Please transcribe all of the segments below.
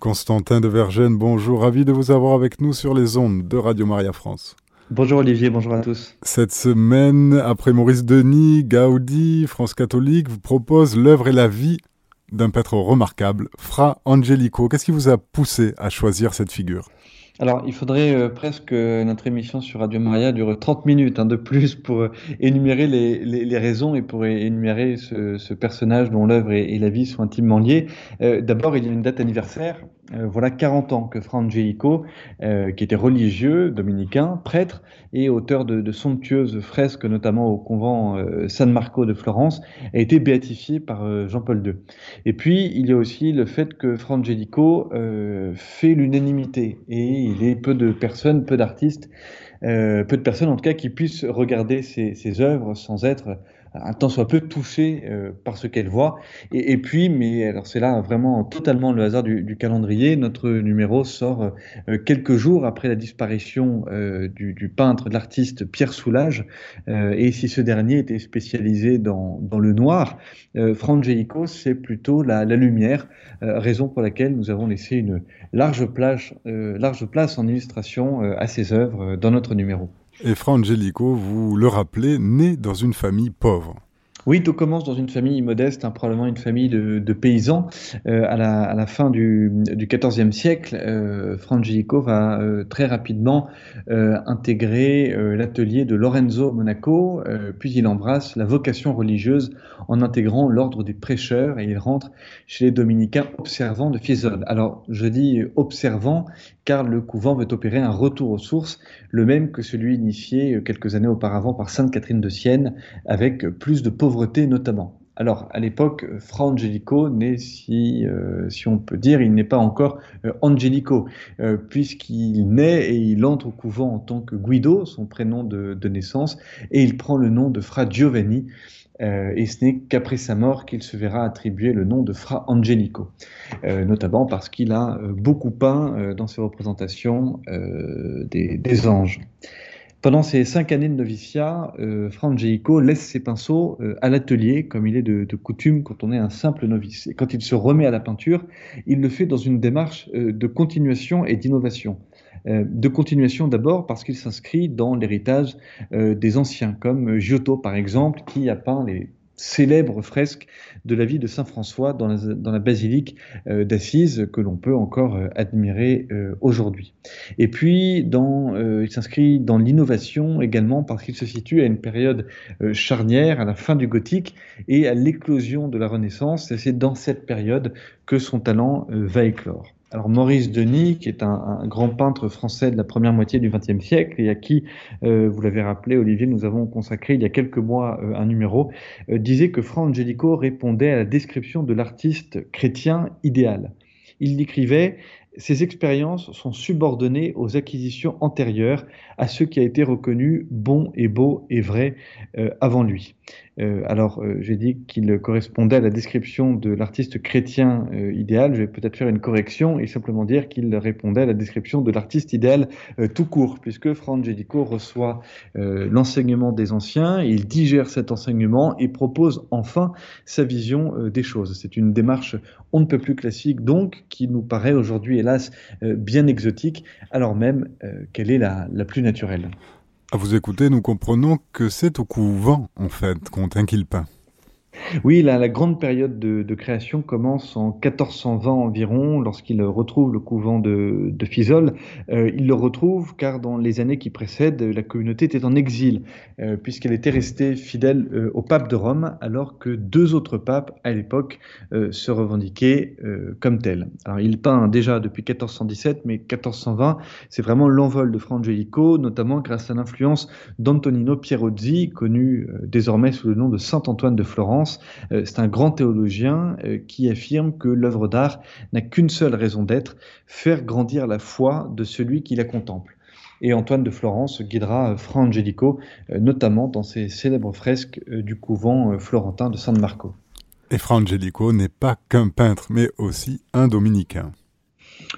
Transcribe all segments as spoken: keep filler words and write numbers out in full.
Constantin de Vergennes, bonjour, ravi de vous avoir avec nous sur les ondes de Radio Maria France. Bonjour Olivier, bonjour à tous. Cette semaine, après Maurice Denis, Gaudi, France catholique, vous propose l'œuvre et la vie d'un peintre remarquable, Fra Angelico. Qu'est-ce qui vous a poussé à choisir cette figure ? Alors, il faudrait euh, presque que notre émission sur Radio Maria dure trente minutes hein, de plus pour euh, énumérer les, les, les raisons et pour énumérer ce, ce personnage dont l'œuvre et, et la vie sont intimement liées. Euh, d'abord, il y a une date anniversaire. Euh, voilà quarante ans que Fra Angelico, euh, qui était religieux, dominicain, prêtre et auteur de, de somptueuses fresques, notamment au convent euh, San Marco de Florence, a été béatifié par euh, Jean-Paul deux. Et puis, il y a aussi le fait que Fra Angelico euh, fait l'unanimité et il est peu de personnes, peu d'artistes, euh, peu de personnes en tout cas qui puissent regarder ses, ses œuvres sans être un tant soit peu touchées euh, par ce qu'elles voient. Et, et puis, mais alors c'est là vraiment totalement le hasard du, du calendrier, notre numéro sort euh, quelques jours après la disparition euh, du, du peintre, de l'artiste Pierre Soulages. Euh, et si ce dernier était spécialisé dans, dans le noir, euh, Fra Angelico, c'est plutôt la, la lumière, euh, raison pour laquelle nous avons laissé une large place, euh, large place en illustration euh, à ses œuvres euh, dans notre numéro. Et Fra Angelico, vous le rappelez, né dans une famille pauvre. Oui, tout commence dans une famille modeste, hein, probablement une famille de, de paysans. Euh, à, la, à la fin du, du quatorzième siècle, euh, Fra Angelico va euh, très rapidement euh, intégrer euh, l'atelier de Lorenzo Monaco, euh, puis il embrasse la vocation religieuse en intégrant l'ordre des prêcheurs et il rentre chez les dominicains observants de Fiesole. Alors, je dis observant car le couvent veut opérer un retour aux sources, le même que celui initié quelques années auparavant par Sainte Catherine de Sienne, avec plus de pauvreté notamment. Alors, à l'époque, Fra Angelico n'est, si, euh, si on peut dire, il n'est pas encore euh, Angelico, euh, puisqu'il naît et il entre au couvent en tant que Guido, son prénom de, de naissance, et il prend le nom de Fra Giovanni, euh, et ce n'est qu'après sa mort qu'il se verra attribuer le nom de Fra Angelico, euh, notamment parce qu'il a euh, beaucoup peint euh, dans ses représentations euh, des, des anges. Pendant ces cinq années de noviciat, euh, Fra Angelico laisse ses pinceaux euh, à l'atelier, comme il est de, de coutume quand on est un simple novice. Et quand il se remet à la peinture, il le fait dans une démarche euh, de continuation et d'innovation. Euh, de continuation d'abord parce qu'il s'inscrit dans l'héritage euh, des anciens, comme Giotto par exemple, qui a peint les célèbres fresques de la vie de Saint François dans la, dans la basilique euh, d'Assise que l'on peut encore euh, admirer euh, aujourd'hui. Et puis, dans, euh, il s'inscrit dans l'innovation également parce qu'il se situe à une période euh, charnière, à la fin du gothique et à l'éclosion de la Renaissance. Et c'est dans cette période que son talent euh, va éclore. Alors Maurice Denis, qui est un, un grand peintre français de la première moitié du vingtième siècle et à qui, euh, vous l'avez rappelé Olivier, nous avons consacré il y a quelques mois euh, un numéro, euh, disait que Fra Angelico répondait à la description de l'artiste chrétien idéal. Il écrivait « Ces expériences sont subordonnées aux acquisitions antérieures à ce qui a été reconnu bon et beau et vrai euh, avant lui. » Euh, alors, euh, j'ai dit qu'il correspondait à la description de l'artiste chrétien euh, idéal. Je vais peut-être faire une correction et simplement dire qu'il répondait à la description de l'artiste idéal euh, tout court, puisque Fra Angelico reçoit euh, l'enseignement des anciens, il digère cet enseignement et propose enfin sa vision euh, des choses. C'est une démarche on ne peut plus classique, donc, qui nous paraît aujourd'hui, hélas, euh, bien exotique, alors même euh, qu'elle est la, la plus naturelle. À vous écouter, nous comprenons que c'est au couvent, en fait, qu'on qu'il peint. Oui, la, la grande période de, de création commence en quatorze cent vingt environ, lorsqu'il retrouve le couvent de, de Fiesole. Euh, il le retrouve car dans les années qui précèdent, la communauté était en exil, euh, puisqu'elle était restée fidèle euh, au pape de Rome, alors que deux autres papes, à l'époque, euh, se revendiquaient euh, comme tels. Alors, il peint déjà depuis quatorze cent dix-sept, mais quatorze cent vingt, c'est vraiment l'envol de Fra Angelico, notamment grâce à l'influence d'Antonino Pierozzi, connu euh, désormais sous le nom de Saint Antoine de Florence. C'est un grand théologien qui affirme que l'œuvre d'art n'a qu'une seule raison d'être, faire grandir la foi de celui qui la contemple. Et Antoine de Florence guidera Fra Angelico, notamment dans ses célèbres fresques du couvent florentin de San Marco. Et Fra Angelico n'est pas qu'un peintre, mais aussi un dominicain.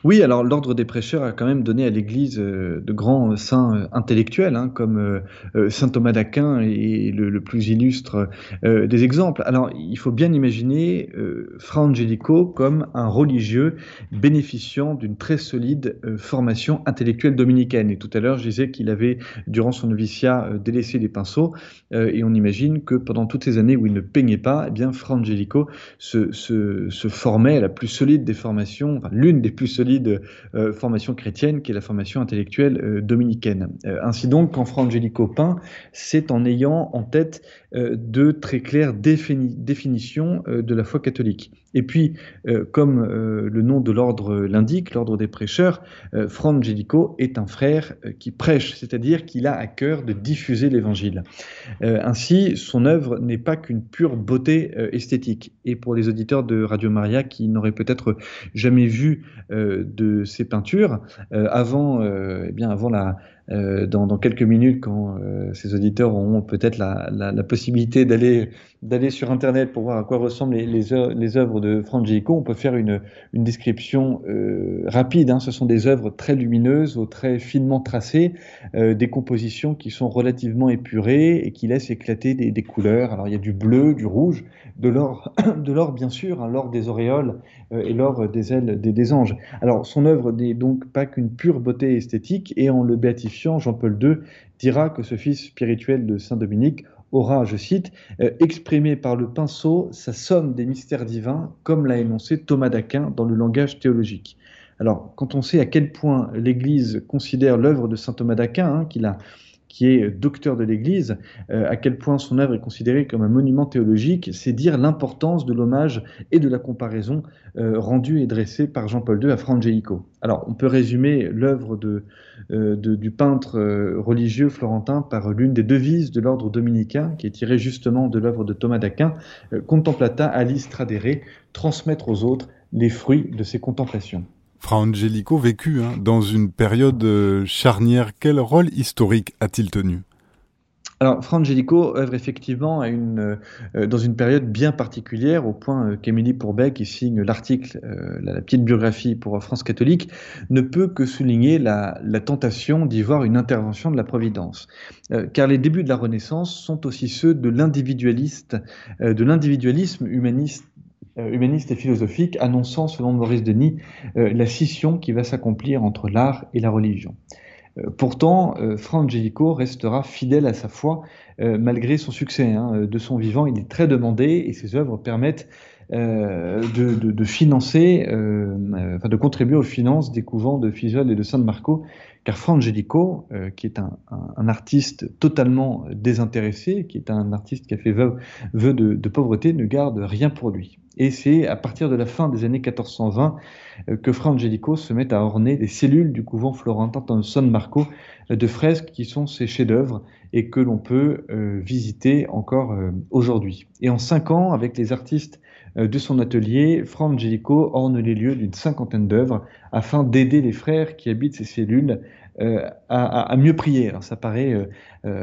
Oui, alors l'ordre des prêcheurs a quand même donné à l'Église euh, de grands saints euh, intellectuels, hein, comme euh, euh, saint Thomas d'Aquin est le, le plus illustre euh, des exemples. Alors, il faut bien imaginer euh, Fra Angelico comme un religieux bénéficiant d'une très solide euh, formation intellectuelle dominicaine. Et tout à l'heure, je disais qu'il avait, durant son noviciat, euh, délaissé les pinceaux, euh, et on imagine que pendant toutes ces années où il ne peignait pas, eh bien, Fra Angelico se, se, se formait à la plus solide des formations, enfin, l'une des plus solides euh, formations chrétiennes, qui est la formation intellectuelle euh, dominicaine. Euh, ainsi donc, quand Fra Angelico peint, c'est en ayant en tête euh, de très claires défini- définitions euh, de la foi catholique. Et puis, euh, comme euh, le nom de l'ordre l'indique, l'ordre des prêcheurs, euh, Fra Angelico est un frère euh, qui prêche, c'est-à-dire qu'il a à cœur de diffuser l'évangile. Euh, ainsi, son œuvre n'est pas qu'une pure beauté euh, esthétique. Et pour les auditeurs de Radio Maria qui n'auraient peut-être jamais vu euh, de ces peintures, euh, avant, euh, eh bien, avant la, euh, dans, dans quelques minutes, quand euh, ces auditeurs auront peut-être la, la, la possibilité d'aller d'aller sur Internet pour voir à quoi ressemblent les, les, œuvres, les œuvres de Fra Angelico, on peut faire une, une description euh, rapide. Hein. Ce sont des œuvres très lumineuses, aux traits finement tracés, euh, des compositions qui sont relativement épurées et qui laissent éclater des, des couleurs. Alors il y a du bleu, du rouge, de l'or, de l'or bien sûr, hein, l'or des auréoles euh, et l'or des ailes des, des anges. Alors son œuvre n'est donc pas qu'une pure beauté esthétique, et en le béatifiant, Jean-Paul deux dira que ce fils spirituel de Saint Dominique aura, je cite, euh, exprimé par le pinceau sa somme des mystères divins, comme l'a énoncé Thomas d'Aquin dans le langage théologique. Alors, quand on sait à quel point l'Église considère l'œuvre de saint Thomas d'Aquin, hein, qu'il a, qui est docteur de l'Église, euh, à quel point son œuvre est considérée comme un monument théologique, c'est dire l'importance de l'hommage et de la comparaison euh, rendue et dressée par Jean-Paul deux à Fra Angelico. Alors, on peut résumer l'œuvre de, euh, de, du peintre euh, religieux florentin par l'une des devises de l'ordre dominicain, qui est tirée justement de l'œuvre de Thomas d'Aquin, euh, Contemplata alis tradere, transmettre aux autres les fruits de ses contemplations. Fra Angelico vécut hein, dans une période euh, charnière. Quel rôle historique a-t-il tenu ? Alors, Fra Angelico œuvre effectivement à une, euh, dans une période bien particulière, au point euh, qu'Émilie Pourbet, qui signe l'article, euh, la, la petite biographie pour France catholique, ne peut que souligner la, la tentation d'y voir une intervention de la Providence. Euh, car les débuts de la Renaissance sont aussi ceux de l'individualiste, euh, de l'individualisme humaniste Euh, humaniste et philosophique, annonçant, selon Maurice Denis, euh, la scission qui va s'accomplir entre l'art et la religion. Euh, pourtant, euh, Fra Angelico restera fidèle à sa foi, euh, malgré son succès. Hein. De son vivant, il est très demandé, et ses œuvres permettent euh, de, de, de financer, euh, euh, enfin de contribuer aux finances des couvents de Figeac et de San Marco, car Fra Angelico, euh, qui est un, un, un artiste totalement désintéressé, qui est un artiste qui a fait vœu, vœu de, de pauvreté, ne garde rien pour lui. Et c'est à partir de la fin des années quatorze cent vingt euh, que Fra Angelico se met à orner les cellules du couvent florentin de San Marco euh, de fresques qui sont ses chefs-d'œuvre et que l'on peut euh, visiter encore euh, aujourd'hui. Et en cinq ans, avec les artistes euh, de son atelier, Fra Angelico orne les lieux d'une cinquantaine d'œuvres afin d'aider les frères qui habitent ces cellules euh, à, à, à mieux prier. Alors ça paraît, euh,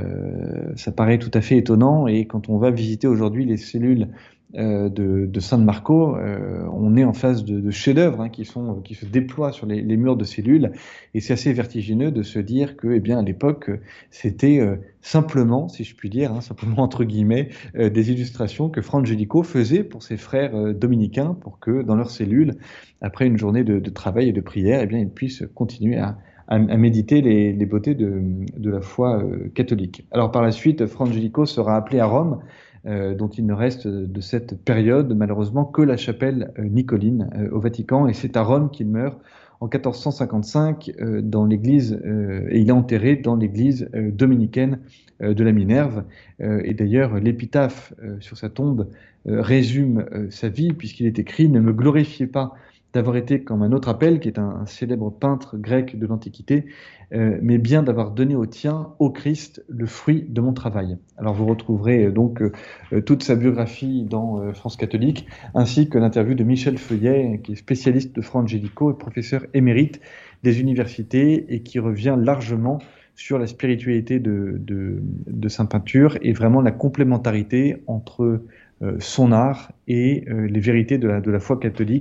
euh, ça paraît tout à fait étonnant, et quand on va visiter aujourd'hui les cellules Euh, de, de San Marco, euh, on est en face de, de chefs-d'œuvre hein, qui sont qui se déploient sur les, les murs de cellules, et c'est assez vertigineux de se dire que, eh bien, à l'époque, c'était euh, simplement, si je puis dire, hein, simplement entre guillemets, euh, des illustrations que Fra Angelico faisait pour ses frères euh, dominicains, pour que dans leurs cellules, après une journée de, de travail et de prière, eh bien, ils puissent continuer à à, à méditer les, les beautés de, de la foi euh, catholique. Alors par la suite, Fra Angelico sera appelé à Rome, Euh, dont il ne reste de cette période malheureusement que la chapelle euh, Nicoline euh, au Vatican, et c'est à Rome qu'il meurt en quatorze cent cinquante-cinq euh, dans l'église, euh, et il est enterré dans l'église euh, dominicaine euh, de la Minerve. Euh, et d'ailleurs l'épitaphe euh, sur sa tombe euh, résume euh, sa vie, puisqu'il est écrit « Ne me glorifiez pas d'avoir été comme un autre appel », qui est un, un célèbre peintre grec de l'Antiquité, euh, mais bien d'avoir donné au tien, au Christ, le fruit de mon travail. Alors vous retrouverez euh, donc euh, toute sa biographie dans euh, France catholique, ainsi que l'interview de Michel Feuillet, qui est spécialiste de Fra Angelico et professeur émérite des universités, et qui revient largement sur la spiritualité de, de, de sa peinture, et vraiment la complémentarité entre euh, son art et euh, les vérités de la, de la foi catholique,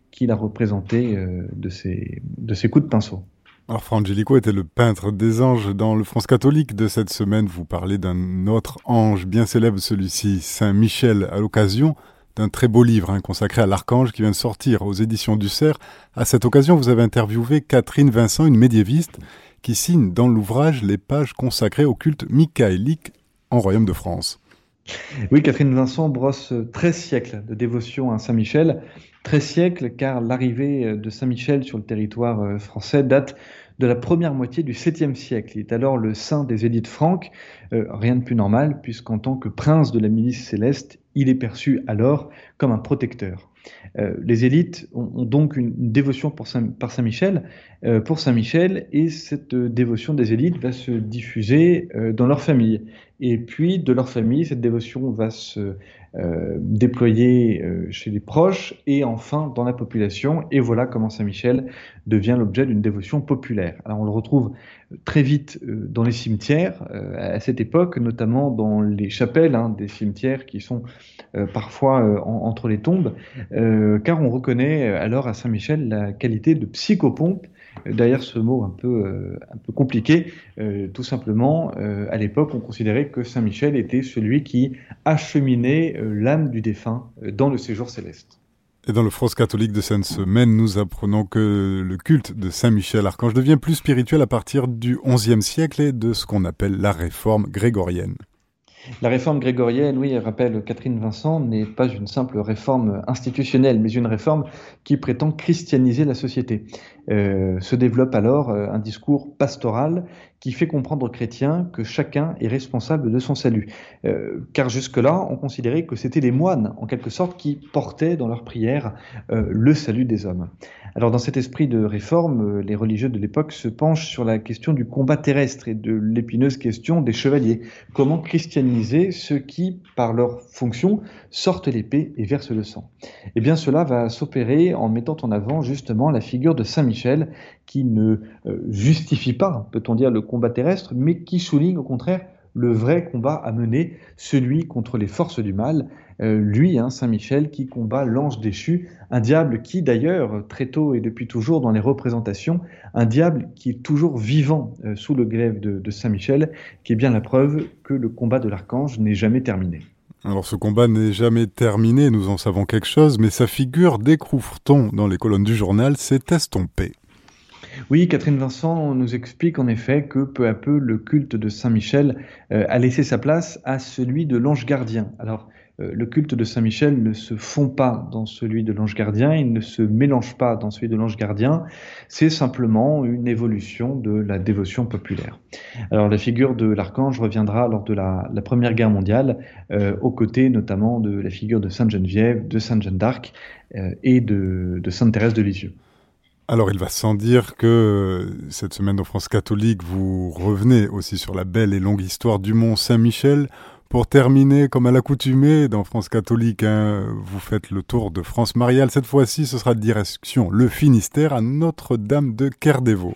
qu'il a représenté euh, de, ses, de ses coups de pinceau. Alors, Fra Angelico était le peintre des anges. Dans le France catholique de cette semaine, vous parlez d'un autre ange bien célèbre, celui-ci, Saint Michel, à l'occasion d'un très beau livre hein, consacré à l'archange qui vient de sortir aux éditions du Cerf. À cette occasion, vous avez interviewé Catherine Vincent, une médiéviste, qui signe dans l'ouvrage les pages consacrées au culte michaélique en Royaume de France. Oui, Catherine Vincent brosse treize siècles de dévotion à Saint-Michel. treize siècles car l'arrivée de Saint-Michel sur le territoire français date de la première moitié du septième siècle. Il est alors le saint des élites franques, euh, rien de plus normal puisqu'en tant que prince de la milice céleste, il est perçu alors comme un protecteur. Euh, les élites ont, ont donc une, une dévotion pour Saint, par Saint-Michel, euh, pour Saint-Michel, et cette euh, dévotion des élites va se diffuser euh, dans leur famille. Et puis, de leur famille, cette dévotion va se euh, déployer euh, chez les proches et enfin dans la population. Et voilà comment Saint-Michel devient l'objet d'une dévotion populaire. Alors, on le retrouve très vite euh, dans les cimetières euh, à cette époque, notamment dans les chapelles hein, des cimetières qui sont euh, parfois euh, en, entre les tombes, euh, car on reconnaît alors à Saint-Michel la qualité de psychopompe. Derrière ce mot un peu, euh, un peu compliqué, euh, tout simplement, euh, à l'époque, on considérait que Saint-Michel était celui qui acheminait euh, l'âme du défunt euh, dans le séjour céleste. Et dans le France catholique de cette semaine, nous apprenons que le culte de Saint-Michel Archange devient plus spirituel à partir du onzième siècle et de ce qu'on appelle la réforme grégorienne. La réforme grégorienne, oui, rappelle Catherine Vincent, n'est pas une simple réforme institutionnelle, mais une réforme qui prétend christianiser la société. Euh, se développe alors euh, un discours pastoral qui fait comprendre aux chrétiens que chacun est responsable de son salut. Euh, car jusque-là, on considérait que c'était les moines, en quelque sorte, qui portaient dans leurs prières euh, le salut des hommes. Alors dans cet esprit de réforme, euh, les religieux de l'époque se penchent sur la question du combat terrestre et de l'épineuse question des chevaliers. Comment christianiser ceux qui, par leur fonction, sortent l'épée et versent le sang? Eh bien cela va s'opérer en mettant en avant justement la figure de Saint Michel, qui ne euh, justifie pas, peut-on dire, le combat terrestre, mais qui souligne au contraire le vrai combat à mener, celui contre les forces du mal. Euh, lui, hein, Saint Michel, qui combat l'ange déchu, un diable qui d'ailleurs, très tôt et depuis toujours dans les représentations, un diable qui est toujours vivant euh, sous le glaive de, de Saint Michel, qui est bien la preuve que le combat de l'archange n'est jamais terminé. Alors ce combat n'est jamais terminé, nous en savons quelque chose, mais sa figure, découvre-t-on dans les colonnes du journal, s'est estompée. Oui, Catherine Vincent nous explique en effet que peu à peu le culte de Saint-Michel euh, a laissé sa place à celui de l'ange gardien. Alors euh, le culte de Saint-Michel ne se fond pas dans celui de l'ange gardien, il ne se mélange pas dans celui de l'ange gardien, c'est simplement une évolution de la dévotion populaire. Alors la figure de l'archange reviendra lors de la, la Première Guerre mondiale, euh, aux côtés notamment de la figure de Sainte Geneviève, de Sainte Jeanne d'Arc euh, et de, de Sainte Thérèse de Lisieux. Alors, il va sans dire que cette semaine en France catholique, vous revenez aussi sur la belle et longue histoire du Mont Saint-Michel. Pour terminer, comme à l'accoutumée, dans France catholique, hein, vous faites le tour de France mariale. Cette fois-ci, ce sera de direction le Finistère à Notre-Dame de Kerdévaux.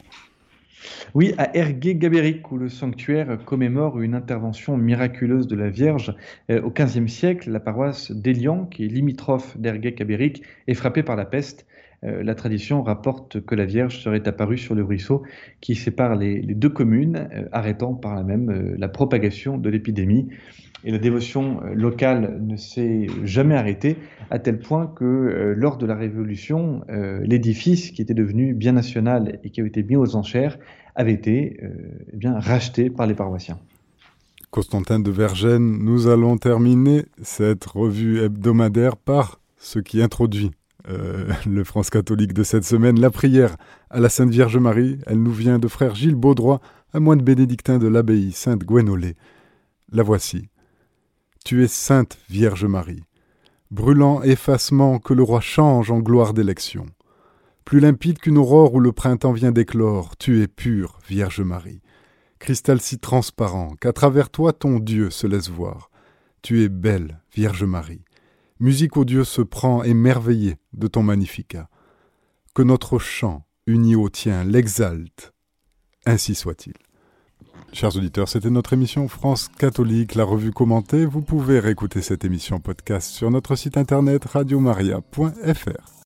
Oui, à Ergué-Gabéric, où le sanctuaire commémore une intervention miraculeuse de la Vierge. Euh, au quinzième siècle, la paroisse d'Élian, qui est limitrophe d'Ergué-Gabéric, est frappée par la peste. Euh, la tradition rapporte que la Vierge serait apparue sur le ruisseau qui sépare les, les deux communes, euh, arrêtant par là même euh, la propagation de l'épidémie. Et la dévotion euh, locale ne s'est jamais arrêtée, à tel point que euh, lors de la Révolution, euh, l'édifice qui était devenu bien national et qui a été mis aux enchères avait été euh, eh bien, racheté par les paroissiens. Constantin de Vergennes, nous allons terminer cette revue hebdomadaire par ce qui introduit Euh, le France catholique de cette semaine, la prière à la Sainte Vierge Marie. Elle nous vient de frère Gilles Baudroy, un moine bénédictin de l'abbaye Sainte-Gwenolé. La voici. Tu es Sainte Vierge Marie, brûlant effacement que le roi change en gloire d'élection. Plus limpide qu'une aurore où le printemps vient d'éclore, tu es pure, Vierge Marie. Cristal si transparent qu'à travers toi ton Dieu se laisse voir. Tu es belle, Vierge Marie. Musique au Dieu se prend émerveillé de ton magnificat. Que notre chant, uni au tien, l'exalte. Ainsi soit-il. Chers auditeurs, c'était notre émission France catholique, la revue commentée. Vous pouvez réécouter cette émission podcast sur notre site internet radio maria point f r.